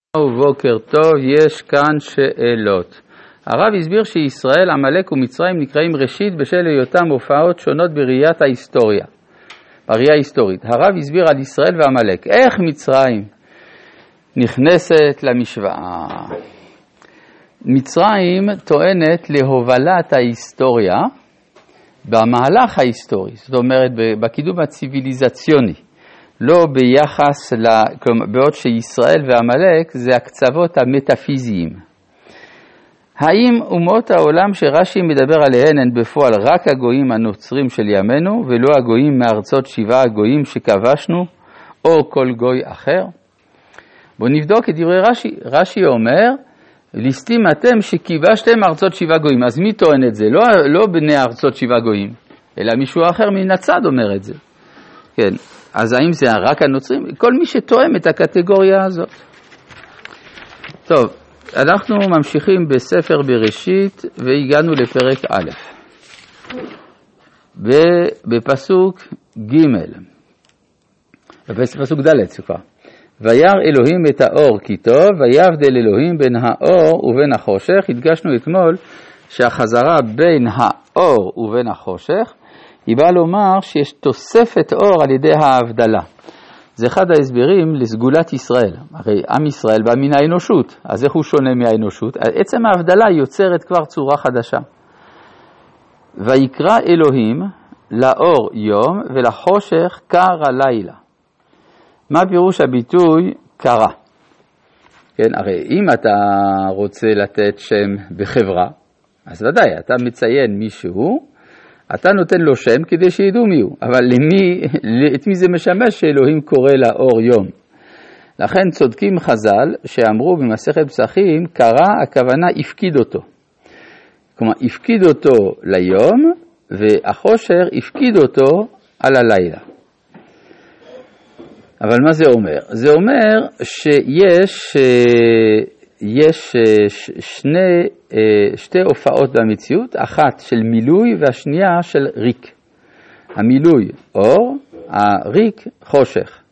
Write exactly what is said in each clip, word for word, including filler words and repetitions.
ובוקר טוב, יש כאן שאלות. הרב הסביר שישראל, עמלק ומצרים נקראים ראשית בשל היותם הופעות שונות בראיית ההיסטוריה, בראייה ההיסטורית. הרב הסביר על ישראל ועמלק. איך מצרים נכנסת למשוואה? מצרים טוענת להובלת ההיסטוריה במהלך ההיסטורי, זאת אומרת בקידום הציביליזציוני. לא ביחס, כלומר, בעוד שישראל ועמלק זה הקצוות המטאפיזיים. האם אומות העולם שרש"י מדבר עליהן הן בפועל רק הגויים הנוצרים של ימינו, ולא הגויים מארצות שבעה הגויים שכבשנו, או כל גוי אחר? בואו נבדוק את דברי רש"י. רש"י אומר, ליסטים אתם שכיבשתם ארצות שבעה גויים. אז מי טוען את זה? לא, לא בני ארצות שבעה גויים, אלא מישהו אחר מן הצד אומר את זה. כן. אז האם זה רק הנוצרים? כל מי שתואם את הקטגוריה הזאת. טוב, אנחנו ממשיכים בספר בראשית והגענו לפרק א', בפסוק ג', בפסוק ד' סליחה. וירא אלוהים את האור כי טוב, ויבדל אלוהים בין האור ובין החושך. הדגשנו אתמול שהחזרה בין האור ובין החושך היא באה לומר שיש תוספת אור על ידי ההבדלה. זה אחד ההסברים לסגולת ישראל. הרי עם ישראל בא מן האנושות, אז איך הוא שונה מהאנושות? עצם ההבדלה יוצרת כבר צורה חדשה. ויקרא אלוהים לאור יום ולחושך קר הלילה. מה פירוש הביטוי קרה? כן, הרי אם אתה רוצה לתת שם בחברה, אז ודאי, אתה מציין מישהו, אתה נותן לו שם כדי שידעו מי הוא, אבל למי, את מי זה משמש שאלוהים קורא לאור יום? לכן צודקים חז"ל שאמרו במסכת פסחים, קרא הכוונה הפקיד אותו. כלומר, הפקיד אותו ליום, והחושר הפקיד אותו על הלילה. אבל מה זה אומר? זה אומר שיש יש שני, שתי הופעות במציאות, אחת של מילוי והשנייה של ריק. המילוי אור, הריק חושך.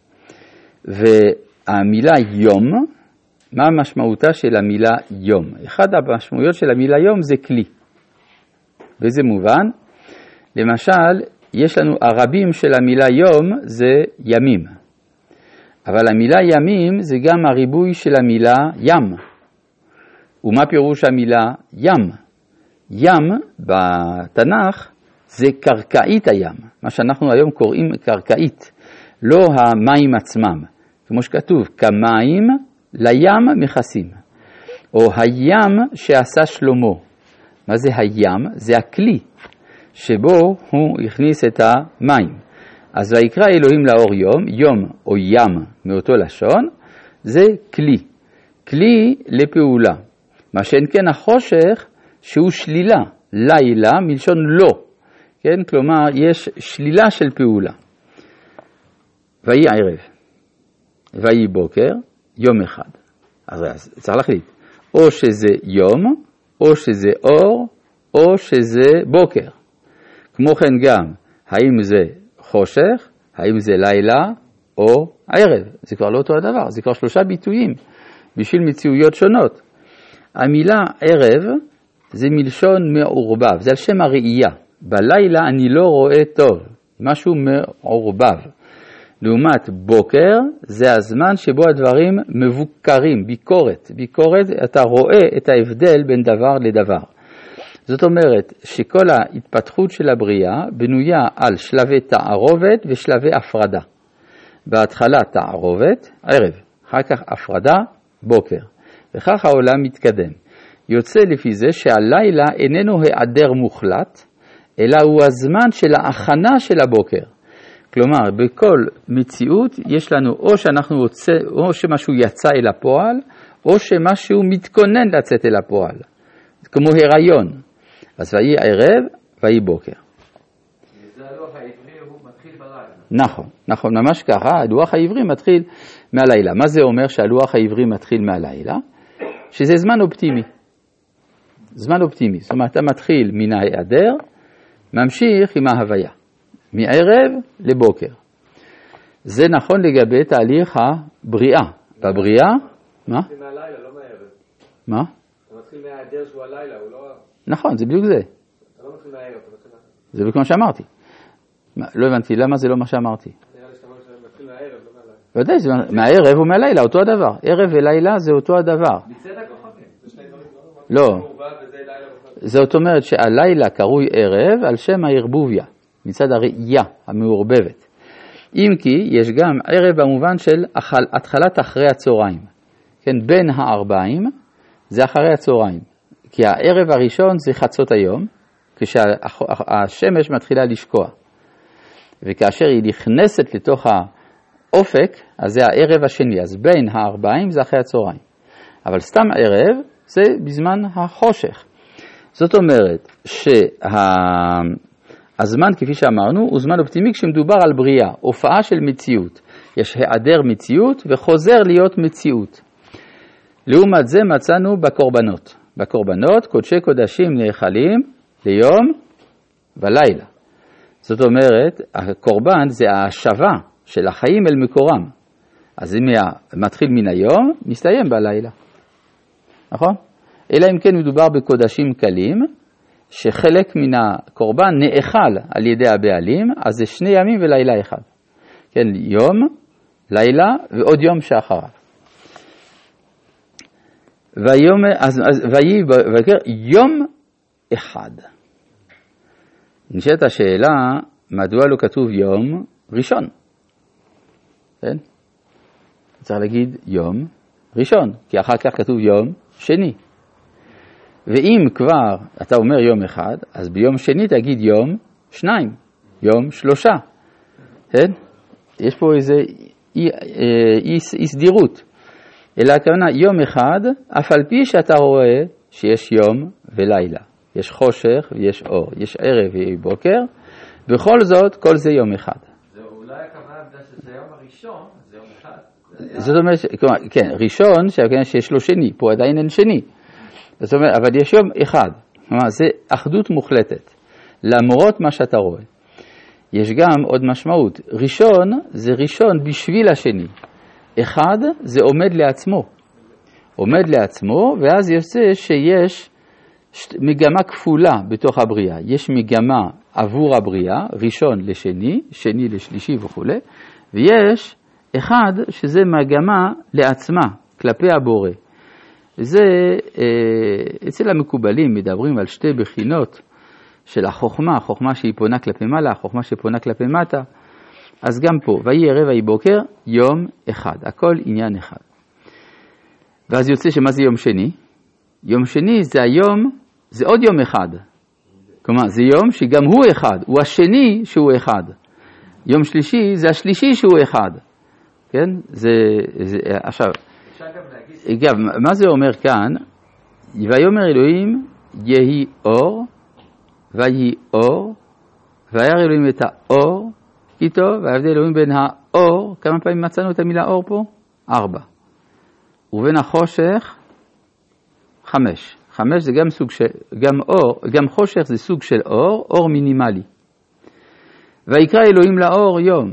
והמילה יום, מה המשמעותה של המילה יום? אחד המשמעויות של המילה יום זה כלי. באיזה מובן? למשל, יש לנו הרבים של המילה יום זה ימים. אבל המילה ימים זה גם הריבוי של המילה ים. ומה פירוש המילה ים? ים בתנ"ך זה קרקעית הים, מה שאנחנו היום קוראים קרקעית, לא המים עצמם. כמו שכתוב, כמים לים מכסים. או הים שעשה שלמה. מה זה הים? זה הכלי שבו הוא הכניס את המים. אז ויקרא אלוהים לאור יום, יום או ים מאותו לשון, זה כלי. כלי לפעולה. מה שאין כן החושך שהוא שלילה, לילה מלשון לא. כן? כלומר, יש שלילה של פעולה. ויהי ערב, ויהי בוקר, יום אחד. אז צריך להחליט. או שזה יום, או שזה אור, או שזה בוקר. כמו כן גם, האם זה חושך, האם זה לילה או ערב. זה כבר לא אותו הדבר, זה כבר שלושה ביטויים בשביל מציאויות שונות. המילה ערב זה מלשון מעורבב, זה על שם הראייה. בלילה אני לא רואה טוב, משהו מעורבב. לעומת בוקר זה הזמן שבו הדברים מבוקרים, ביקורת. ביקורת, אתה רואה את ההבדל בין דבר לדבר. זאת אומרת שכל ההתפתחות של הבריאה בנויה על שלבי תערובת ושלבי הפרדה. בהתחלה תערובת, ערב, אחר כך הפרדה, בוקר. וכך העולם מתקדם. יוצא לפי זה שהלילה איננו היעדר מוחלט, אלא הוא הזמן של ההכנה של הבוקר. כלומר, בכל מציאות יש לנו או שאנחנו רוצה, או שמשהו יצא אל הפועל, או שמשהו מתכונן לצאת אל הפועל. כמו הריון. אז ויהי ערב, ויהי בוקר. זה הלוח העברי, הוא מתחיל בלילה. נכון, נכון, ממש ככה, הלוח העברי מתחיל מהלילה. מה זה אומר שהלוח העברי מתחיל מהלילה? שזה זמן אופטימי. זמן אופטימי. זאת אומרת, אתה מתחיל מן ההיעדר, ממשיך עם ההוויה. מערב לבוקר. זה נכון לגבי תהליך הבריאה. בבריאה מה? מתחיל מהלילה, לא מהערב. מה? אתה מתחיל מהעדר שהוא הלילה, הוא לא... נכון, זה בדיוק זה. אתה לא מתחיל מהערב, אתה מתחיל מהערב. זה בדיוק מה שאמרתי. לא הבנתי, למה זה לא מה שאמרתי? נראה לי שאתה אומר שמתחיל מהערב, לא מהלילה. ודאי, זה מהערב ומהלילה, אותו הדבר. ערב ולילה זה אותו הדבר. מצד הכוכבים. זה שני דברים, לא. מעורבב וזה לילה בכלל. זאת אומרת שהלילה קרוי ערב על שם הערבוביה, מצד הראייה המעורבבת. אם כי יש גם ערב במובן של התחלת אחרי הצהריים. כן, בין הארבעים זה אחרי הצהריים. כי הערב הראשון זה חצות היום, כשהשמש מתחילה לשקוע. וכאשר היא נכנסת לתוך האופק, אז זה הערב השני. אז בין הארבעים זה אחרי הצהריים. אבל סתם ערב זה בזמן החושך. זאת אומרת שהזמן, כפי שאמרנו, הוא זמן אופטימי כשמדובר על בריאה, הופעה של מציאות. יש היעדר מציאות וחוזר להיות מציאות. לעומת זה מצאנו בקורבנות. בקורבנות קודשי קודשים נאכלים ליום ולילה. זאת אומרת, הקורבן זה ההשבה של החיים אל מקורם. אז אם מתחיל מן היום, מסתיים בלילה. נכון? אלא אם כן מדובר בקודשים קלים, שחלק מן הקורבן נאכל על ידי הבעלים, אז זה שני ימים ולילה אחד. כן, יום, לילה ועוד יום שאחריו. ויום, אז, אז, ויהי בבוקר יום אחד. נשאלת השאלה, מדוע לא כתוב יום ראשון? כן? צריך להגיד יום ראשון, כי אחר כך כתוב יום שני. ואם כבר אתה אומר יום אחד, אז ביום שני תגיד יום שניים, יום שלושה. כן? יש פה איזה אי, אי, אי סדירות. אלא הכוונה יום אחד, אף על פי שאתה רואה שיש יום ולילה. יש חושך ויש אור, יש ערב ובוקר, בכל זאת כל זה יום אחד. זה אולי הכוונה בגלל שזה יום הראשון, זה יום אחד. זאת אומרת, כלומר, כן, ראשון, שיש לו שני, פה עדיין אין שני. זאת אומרת, אבל יש יום אחד. כלומר, זה אחדות מוחלטת. למרות מה שאתה רואה. יש גם עוד משמעות. ראשון זה ראשון בשביל השני. אחד זה עומד לעצמו. עומד לעצמו, ואז יוצא שיש מגמה כפולה בתוך הבריאה. יש מגמה עבור הבריאה, ראשון לשני, שני לשלישי וכו'. ויש אחד שזה מגמה לעצמה, כלפי הבורא. זה, אצל המקובלים מדברים על שתי בחינות של החוכמה, החוכמה שהיא פונה כלפי מעלה, החוכמה שפונה כלפי מטה. אז גם פה, ויהי ערב ויהי בוקר, יום אחד, הכל עניין אחד. ואז יוצא שמה זה יום שני? יום שני זה היום, זה עוד יום אחד. כלומר, זה יום שגם הוא אחד, הוא השני שהוא אחד. יום שלישי זה השלישי שהוא אחד. כן? זה, זה עכשיו, אגב, מה זה אומר כאן? ויאמר אלוהים יהי אור, ויהי אור, וירא אלוהים את האור, איתו, וההבדל אלוהים בין האור, כמה פעמים מצאנו את המילה אור פה? ארבע. ובין החושך, חמש. חמש זה גם סוג של, גם אור, גם חושך זה סוג של אור, אור מינימלי. ויקרא אלוהים לאור יום.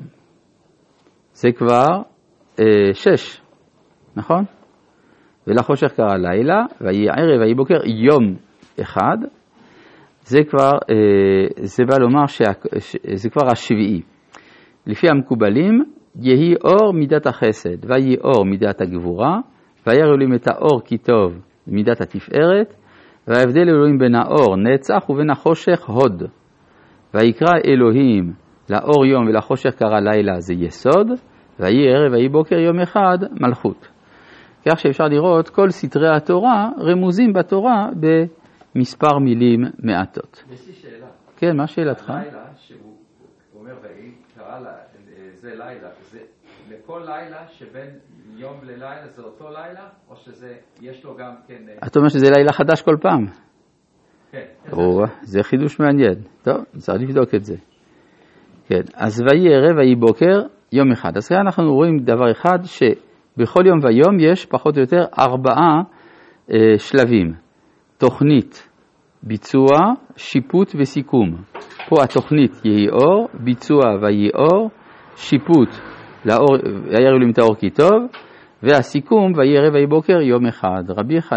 זה כבר אה, שש, נכון? ולחושך קרא לילה, ויהי ערב ויהי בוקר, יום אחד. זה כבר, אה, זה בא לומר שזה כבר השביעי. לפי המקובלים, יהי אור מידת החסד, ויהי אור מידת הגבורה, וירא אלוהים את האור כי טוב מידת התפארת, וההבדל אלוהים בין האור נצח ובין החושך הוד. ויקרא אלוהים לאור יום ולחושך קרא לילה זה יסוד, ויהי ערב ויהי בוקר יום אחד מלכות. כך שאפשר לראות כל סתרי התורה רמוזים בתורה במספר מילים מעטות. יש לי שאלה. כן, מה שאלתך? הלילה שהוא אומר ויהי קרא זה לילה, זה לכל לילה שבין יום ללילה זה אותו לילה, או שזה יש לו גם כן... אתה אומר שזה לילה חדש כל פעם? כן. או, זה חידוש מעניין. טוב, צריך לבדוק את זה. כן, אז ויהי ערב ויהי בוקר יום אחד. אז כאן אנחנו רואים דבר אחד שבכל יום ויום יש פחות או יותר ארבעה אה, שלבים. תוכנית, ביצוע, שיפוט וסיכום. פה התוכנית יהי אור, ביצוע ויהי אור, שיפוט, לאור, וירא אלוהים את האור כי טוב, והסיכום, ויהי ערב ויהי בוקר יום אחד. רבי